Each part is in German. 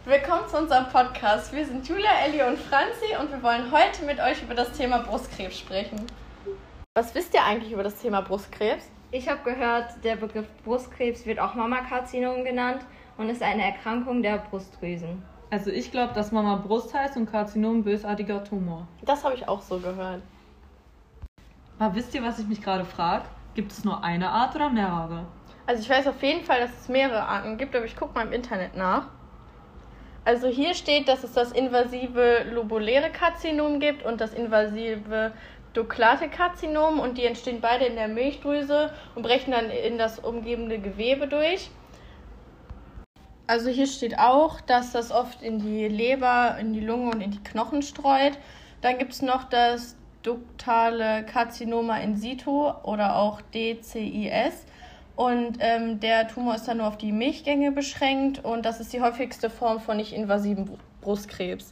Willkommen zu unserem Podcast. Wir sind Julia, Ellie und Franzi und wir wollen heute mit euch über das Thema Brustkrebs sprechen. Was wisst ihr eigentlich über das Thema Brustkrebs? Ich habe gehört, der Begriff Brustkrebs wird auch Mammakarzinom genannt und ist eine Erkrankung der Brustdrüsen. Also ich glaube, dass Mama Brust heißt und Karzinom bösartiger Tumor. Das habe ich auch so gehört. Aber wisst ihr, was ich mich gerade frage? Gibt es nur eine Art oder mehrere? Also ich weiß auf jeden Fall, dass es mehrere Arten gibt, aber ich gucke mal im Internet nach. Also hier steht, dass es das invasive lobuläre Karzinom gibt und das invasive duklate Karzinom und die entstehen beide in der Milchdrüse und brechen dann in das umgebende Gewebe durch. Also hier steht auch, dass das oft in die Leber, in die Lunge und in die Knochen streut. Dann gibt es noch das duktale Karzinoma in situ oder auch DCIS. Und der Tumor ist dann nur auf die Milchgänge beschränkt und das ist die häufigste Form von nicht-invasiven Brustkrebs.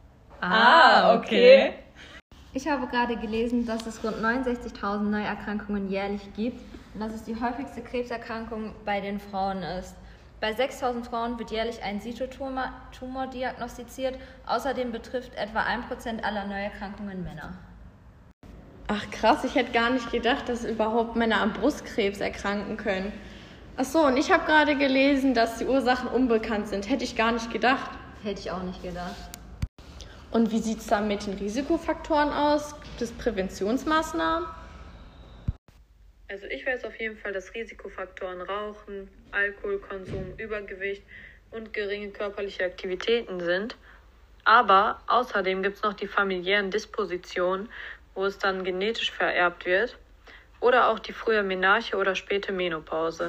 Okay. Ich habe gerade gelesen, dass es rund 69.000 Neuerkrankungen jährlich gibt und dass es die häufigste Krebserkrankung bei den Frauen ist. Bei 6.000 Frauen wird jährlich ein Situ-Tumor diagnostiziert. Außerdem betrifft etwa 1% aller Neuerkrankungen Männer. Ach krass, ich hätte gar nicht gedacht, dass überhaupt Männer an Brustkrebs erkranken können. Ach so, und ich habe gerade gelesen, dass die Ursachen unbekannt sind. Hätte ich gar nicht gedacht. Hätte ich auch nicht gedacht. Und wie sieht es da mit den Risikofaktoren aus? Gibt es Präventionsmaßnahmen? Also ich weiß auf jeden Fall, dass Risikofaktoren Rauchen, Alkoholkonsum, Übergewicht und geringe körperliche Aktivitäten sind. Aber außerdem gibt es noch die familiären Dispositionen, wo es dann genetisch vererbt wird, oder auch die frühe Menarche oder späte Menopause.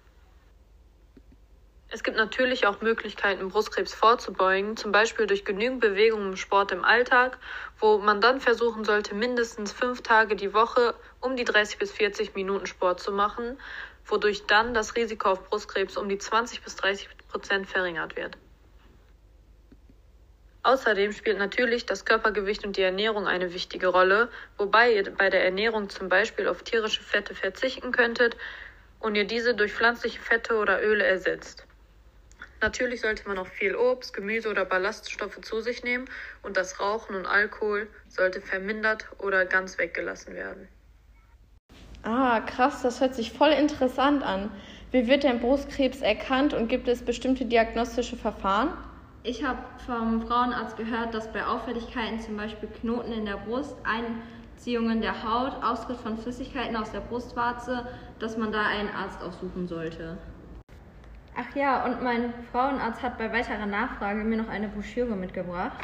Es gibt natürlich auch Möglichkeiten, Brustkrebs vorzubeugen, zum Beispiel durch genügend Bewegung im Sport im Alltag, wo man dann versuchen sollte, mindestens 5 Tage die Woche um die 30 bis 40 Minuten Sport zu machen, wodurch dann das Risiko auf Brustkrebs um die 20 bis 30% verringert wird. Außerdem spielt natürlich das Körpergewicht und die Ernährung eine wichtige Rolle, wobei ihr bei der Ernährung zum Beispiel auf tierische Fette verzichten könntet und ihr diese durch pflanzliche Fette oder Öle ersetzt. Natürlich sollte man auch viel Obst, Gemüse oder Ballaststoffe zu sich nehmen und das Rauchen und Alkohol sollte vermindert oder ganz weggelassen werden. Ah, krass, das hört sich voll interessant an. Wie wird denn Brustkrebs erkannt und gibt es bestimmte diagnostische Verfahren? Ich habe vom Frauenarzt gehört, dass bei Auffälligkeiten, zum Beispiel Knoten in der Brust, Einziehungen der Haut, Austritt von Flüssigkeiten aus der Brustwarze, dass man da einen Arzt aufsuchen sollte. Ach ja, und mein Frauenarzt hat bei weiterer Nachfrage mir noch eine Broschüre mitgebracht.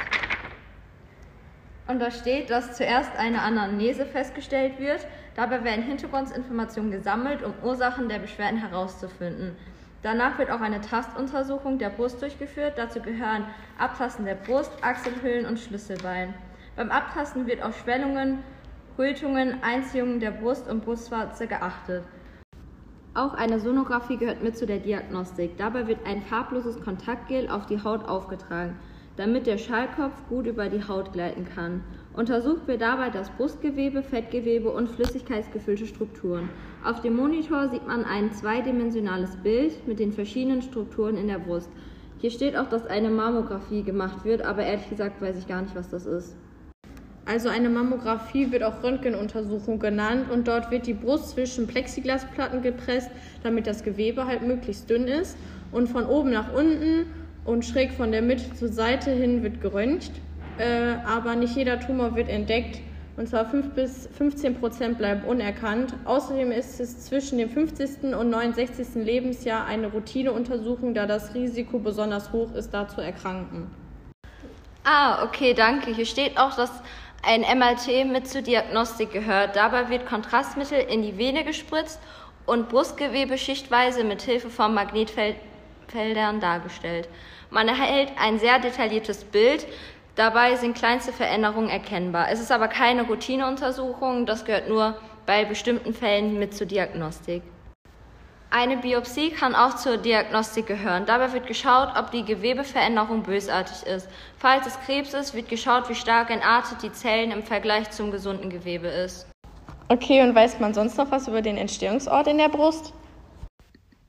Und da steht, dass zuerst eine Anamnese festgestellt wird. Dabei werden Hintergrundinformationen gesammelt, um Ursachen der Beschwerden herauszufinden. Danach wird auch eine Tastuntersuchung der Brust durchgeführt. Dazu gehören Abtasten der Brust, Achselhöhlen und Schlüsselbein. Beim Abtasten wird auf Schwellungen, Rötungen, Einziehungen der Brust und Brustwarze geachtet. Auch eine Sonographie gehört mit zu der Diagnostik. Dabei wird ein farbloses Kontaktgel auf die Haut aufgetragen, damit der Schallkopf gut über die Haut gleiten kann. Untersucht wird dabei das Brustgewebe, Fettgewebe und flüssigkeitsgefüllte Strukturen. Auf dem Monitor sieht man ein zweidimensionales Bild mit den verschiedenen Strukturen in der Brust. Hier steht auch, dass eine Mammographie gemacht wird, aber ehrlich gesagt weiß ich gar nicht, was das ist. Also eine Mammographie wird auch Röntgenuntersuchung genannt und dort wird die Brust zwischen Plexiglasplatten gepresst, damit das Gewebe halt möglichst dünn ist und von oben nach unten und schräg von der Mitte zur Seite hin wird geröntgt. Aber nicht jeder Tumor wird entdeckt, und zwar 5 bis 15% bleiben unerkannt. Außerdem ist es zwischen dem 50. und 69. Lebensjahr eine Routineuntersuchung, da das Risiko besonders hoch ist, da zu erkranken. Ah, okay, danke. Hier steht auch, dass ein MRT mit zur Diagnostik gehört. Dabei wird Kontrastmittel in die Vene gespritzt und Brustgewebe schichtweise mit Hilfe von Magnetfeldern dargestellt. Man erhält ein sehr detailliertes Bild. Dabei sind kleinste Veränderungen erkennbar. Es ist aber keine Routineuntersuchung, das gehört nur bei bestimmten Fällen mit zur Diagnostik. Eine Biopsie kann auch zur Diagnostik gehören. Dabei wird geschaut, ob die Gewebeveränderung bösartig ist. Falls es Krebs ist, wird geschaut, wie stark entartet die Zellen im Vergleich zum gesunden Gewebe ist. Okay, und weiß man sonst noch was über den Entstehungsort in der Brust?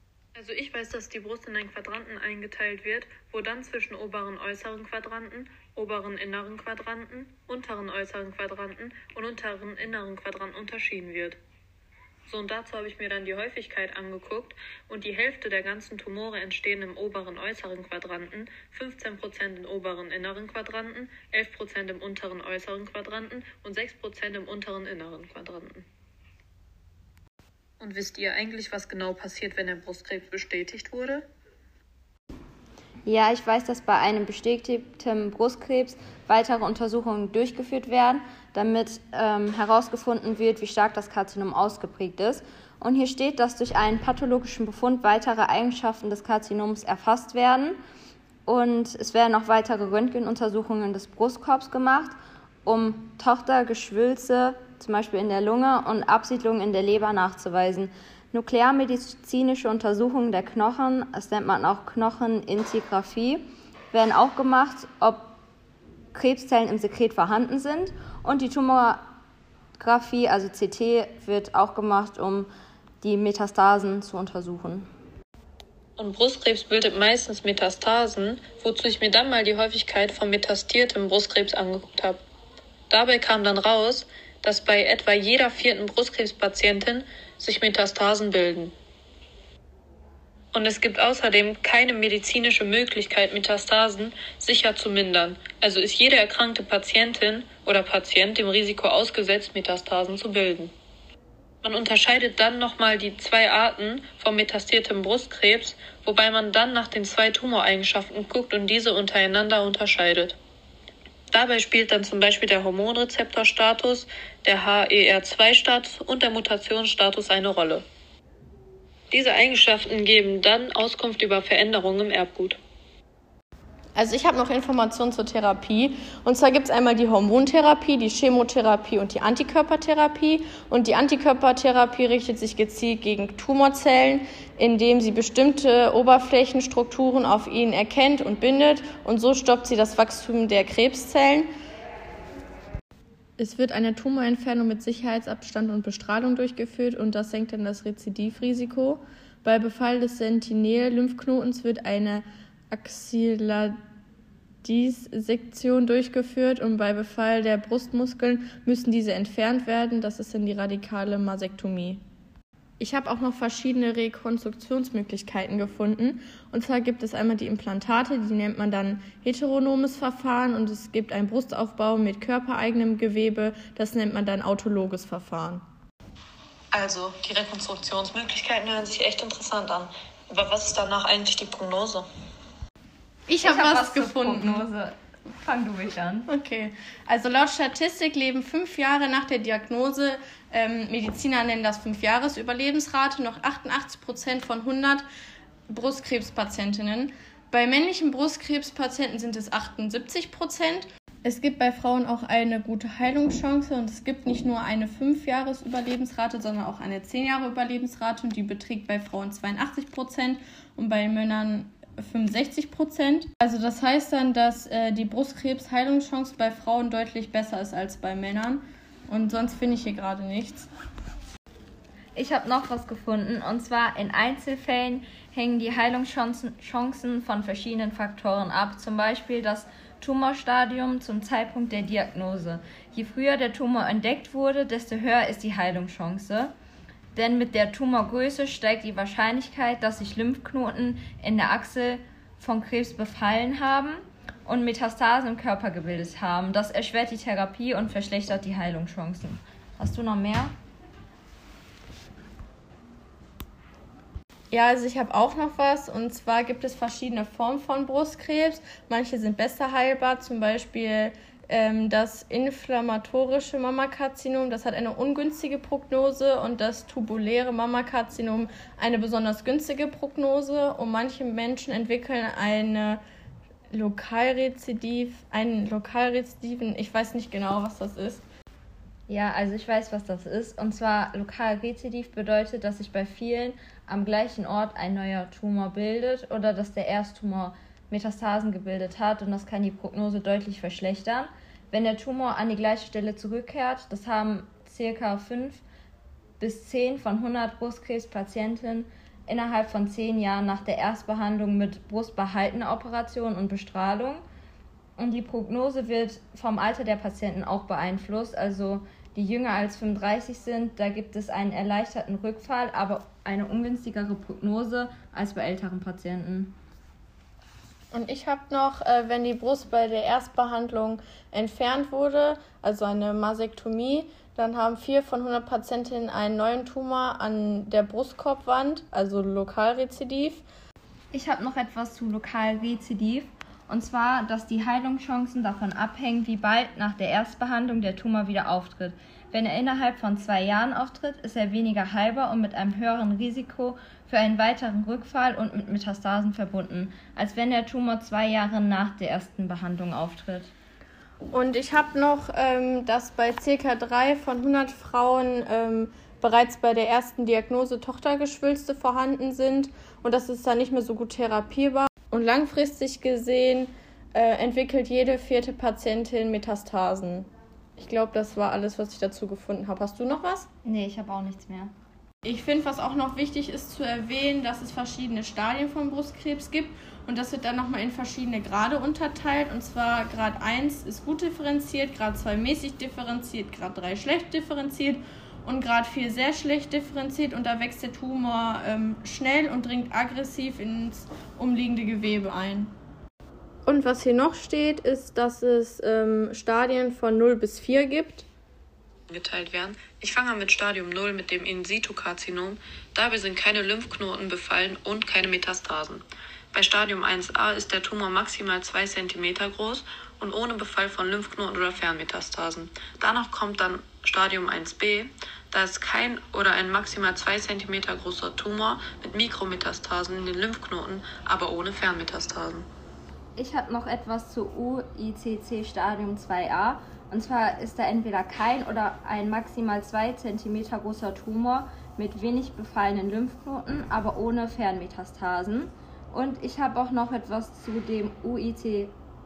Also ich weiß, dass die Brust in einen Quadranten eingeteilt wird, wo dann zwischen oberen äußeren Quadranten, oberen inneren Quadranten, unteren äußeren Quadranten und unteren inneren Quadranten unterschieden wird. So, und dazu habe ich mir dann die Häufigkeit angeguckt und die Hälfte der ganzen Tumore entstehen im oberen äußeren Quadranten, 15% im oberen inneren Quadranten, 11% im unteren äußeren Quadranten und 6% im unteren inneren Quadranten. Und wisst ihr eigentlich, was genau passiert, wenn der Brustkrebs bestätigt wurde? Ja, ich weiß, dass bei einem bestätigten Brustkrebs weitere Untersuchungen durchgeführt werden, damit herausgefunden wird, wie stark das Karzinom ausgeprägt ist. Und hier steht, dass durch einen pathologischen Befund weitere Eigenschaften des Karzinoms erfasst werden. Und es werden auch weitere Röntgenuntersuchungen des Brustkorbs gemacht, um Tochtergeschwülze, zum Beispiel in der Lunge, und Absiedlungen in der Leber nachzuweisen. Nuklearmedizinische Untersuchungen der Knochen, das nennt man auch Knochenintigraphie, werden auch gemacht, ob Krebszellen im Sekret vorhanden sind. Und die Tomographie, also CT, wird auch gemacht, um die Metastasen zu untersuchen. Und Brustkrebs bildet meistens Metastasen, wozu ich mir dann mal die Häufigkeit von metastiertem Brustkrebs angeguckt habe. Dabei kam dann raus, dass bei etwa jeder 4. Brustkrebspatientin sich Metastasen bilden. Und es gibt außerdem keine medizinische Möglichkeit, Metastasen sicher zu mindern. Also ist jede erkrankte Patientin oder Patient dem Risiko ausgesetzt, Metastasen zu bilden. Man unterscheidet dann nochmal die 2 Arten von metastiertem Brustkrebs, wobei man dann nach den 2 Tumoreigenschaften guckt und diese untereinander unterscheidet. Dabei spielt dann zum Beispiel der Hormonrezeptorstatus, der HER2-Status und der Mutationsstatus eine Rolle. Diese Eigenschaften geben dann Auskunft über Veränderungen im Erbgut. Also ich habe noch Informationen zur Therapie. Und zwar gibt es einmal die Hormontherapie, die Chemotherapie und die Antikörpertherapie. Und die Antikörpertherapie richtet sich gezielt gegen Tumorzellen, indem sie bestimmte Oberflächenstrukturen auf ihnen erkennt und bindet. Und so stoppt sie das Wachstum der Krebszellen. Es wird eine Tumorentfernung mit Sicherheitsabstand und Bestrahlung durchgeführt und das senkt dann das Rezidivrisiko. Bei Befall des Sentinel-Lymphknotens wird eine Axilladissektion durchgeführt und bei Befall der Brustmuskeln müssen diese entfernt werden. Das ist dann die radikale Masektomie. Ich habe auch noch verschiedene Rekonstruktionsmöglichkeiten gefunden. Und zwar gibt es einmal die Implantate, die nennt man dann heteronomes Verfahren, und es gibt einen Brustaufbau mit körpereigenem Gewebe, das nennt man dann autologes Verfahren. Also, die Rekonstruktionsmöglichkeiten hören sich echt interessant an. Aber was ist danach eigentlich die Prognose? Ich habe was gefunden. Prognose. Fang du mich an. Okay, also laut Statistik leben 5 Jahre nach der Diagnose, Mediziner nennen das 5-Jahres-Überlebensrate, noch 88% von 100 Brustkrebspatientinnen. Bei männlichen Brustkrebspatienten sind es 78%. Es gibt bei Frauen auch eine gute Heilungschance und es gibt nicht nur eine 5-Jahres-Überlebensrate, sondern auch eine 10-Jahre-Überlebensrate und die beträgt bei Frauen 82% und bei Männern 65%. Also das heißt dann, dass die Brustkrebs-Heilungschance bei Frauen deutlich besser ist als bei Männern. Und sonst finde ich hier gerade nichts. Ich habe noch was gefunden, und zwar in Einzelfällen hängen die Heilungschancen von verschiedenen Faktoren ab. Zum Beispiel das Tumorstadium zum Zeitpunkt der Diagnose. Je früher der Tumor entdeckt wurde, desto höher ist die Heilungschance. Denn mit der Tumorgröße steigt die Wahrscheinlichkeit, dass sich Lymphknoten in der Achsel von Krebs befallen haben und Metastasen im Körper gebildet haben. Das erschwert die Therapie und verschlechtert die Heilungschancen. Hast du noch mehr? Ja, also ich habe auch noch was, und zwar gibt es verschiedene Formen von Brustkrebs. Manche sind besser heilbar, zum Beispiel das inflammatorische Mammakarzinom, das hat eine ungünstige Prognose, und das tubuläre Mammakarzinom eine besonders günstige Prognose. Und manche Menschen entwickeln einen Lokalrezidiven, ich weiß nicht genau, was das ist. Ja, also ich weiß, was das ist. Und zwar Lokalrezidiv bedeutet, dass sich bei vielen am gleichen Ort ein neuer Tumor bildet oder dass der Ersttumor Metastasen gebildet hat, und das kann die Prognose deutlich verschlechtern. Wenn der Tumor an die gleiche Stelle zurückkehrt, das haben ca. 5 bis 10 von 100 Brustkrebspatienten innerhalb von 10 Jahren nach der Erstbehandlung mit Brustbehaltenoperation und Bestrahlung. Und die Prognose wird vom Alter der Patienten auch beeinflusst. Also die jünger als 35 sind, da gibt es einen erleichterten Rückfall, aber eine ungünstigere Prognose als bei älteren Patienten. Und ich habe noch, wenn die Brust bei der Erstbehandlung entfernt wurde, also eine Masektomie, dann haben 4 von 100 Patientinnen einen neuen Tumor an der Brustkorbwand, also Lokalrezidiv. Ich habe noch etwas zu Lokalrezidiv, und zwar, dass die Heilungschancen davon abhängen, wie bald nach der Erstbehandlung der Tumor wieder auftritt. Wenn er innerhalb von 2 Jahren auftritt, ist er weniger heilbar und mit einem höheren Risiko für einen weiteren Rückfall und mit Metastasen verbunden, als wenn der Tumor 2 Jahre nach der ersten Behandlung auftritt. Und ich habe noch, dass bei ca. 3 von 100 Frauen bereits bei der ersten Diagnose Tochtergeschwülste vorhanden sind und das ist dann nicht mehr so gut therapierbar. Und langfristig gesehen entwickelt jede 4. Patientin Metastasen. Ich glaube, das war alles, was ich dazu gefunden habe. Hast du noch was? Nee, ich habe auch nichts mehr. Ich finde, was auch noch wichtig ist zu erwähnen, dass es verschiedene Stadien von Brustkrebs gibt und das wird dann nochmal in verschiedene Grade unterteilt. Und zwar Grad 1 ist gut differenziert, Grad 2 mäßig differenziert, Grad 3 schlecht differenziert und Grad 4 sehr schlecht differenziert. Und da wächst der Tumor schnell und dringt aggressiv ins umliegende Gewebe ein. Und was hier noch steht, ist, dass es Stadien von 0 bis 4 gibt. Geteilt werden. Ich fange an mit Stadium 0 mit dem In-situ-Karzinom. Dabei sind keine Lymphknoten befallen und keine Metastasen. Bei Stadium 1a ist der Tumor maximal 2 cm groß und ohne Befall von Lymphknoten oder Fernmetastasen. Danach kommt dann Stadium 1b. Da ist kein oder ein maximal 2 cm großer Tumor mit Mikrometastasen in den Lymphknoten, aber ohne Fernmetastasen. Ich habe noch etwas zu UICC Stadium 2a. Und zwar ist da entweder kein oder ein maximal 2 cm großer Tumor mit wenig befallenen Lymphknoten, aber ohne Fernmetastasen. Und ich habe auch noch etwas zu dem UIC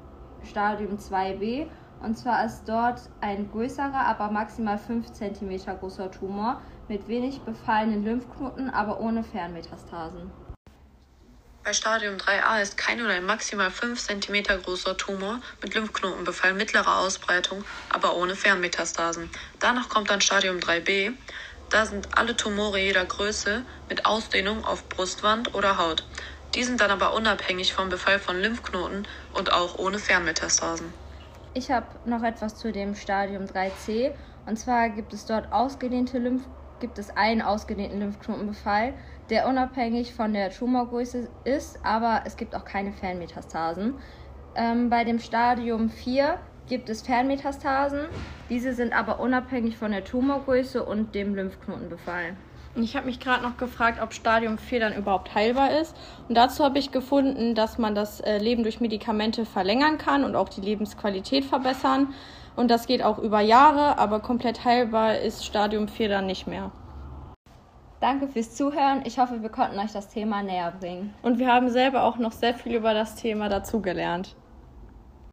Stadium 2b. Und zwar ist dort ein größerer, aber maximal 5 cm großer Tumor mit wenig befallenen Lymphknoten, aber ohne Fernmetastasen. Bei Stadium 3a ist kein oder ein maximal 5 cm großer Tumor mit Lymphknotenbefall mittlerer Ausbreitung, aber ohne Fernmetastasen. Danach kommt dann Stadium 3b. Da sind alle Tumore jeder Größe mit Ausdehnung auf Brustwand oder Haut. Die sind dann aber unabhängig vom Befall von Lymphknoten und auch ohne Fernmetastasen. Ich habe noch etwas zu dem Stadium 3c. Und zwar gibt es dort einen ausgedehnten Lymphknotenbefall, der unabhängig von der Tumorgröße ist, aber es gibt auch keine Fernmetastasen. Bei dem Stadium 4 gibt es Fernmetastasen, diese sind aber unabhängig von der Tumorgröße und dem Lymphknotenbefall. Ich habe mich gerade noch gefragt, ob Stadium 4 dann überhaupt heilbar ist. Und dazu habe ich gefunden, dass man das Leben durch Medikamente verlängern kann und auch die Lebensqualität verbessern. Und das geht auch über Jahre, aber komplett heilbar ist Stadium 4 dann nicht mehr. Danke fürs Zuhören. Ich hoffe, wir konnten euch das Thema näher bringen. Und wir haben selber auch noch sehr viel über das Thema dazugelernt.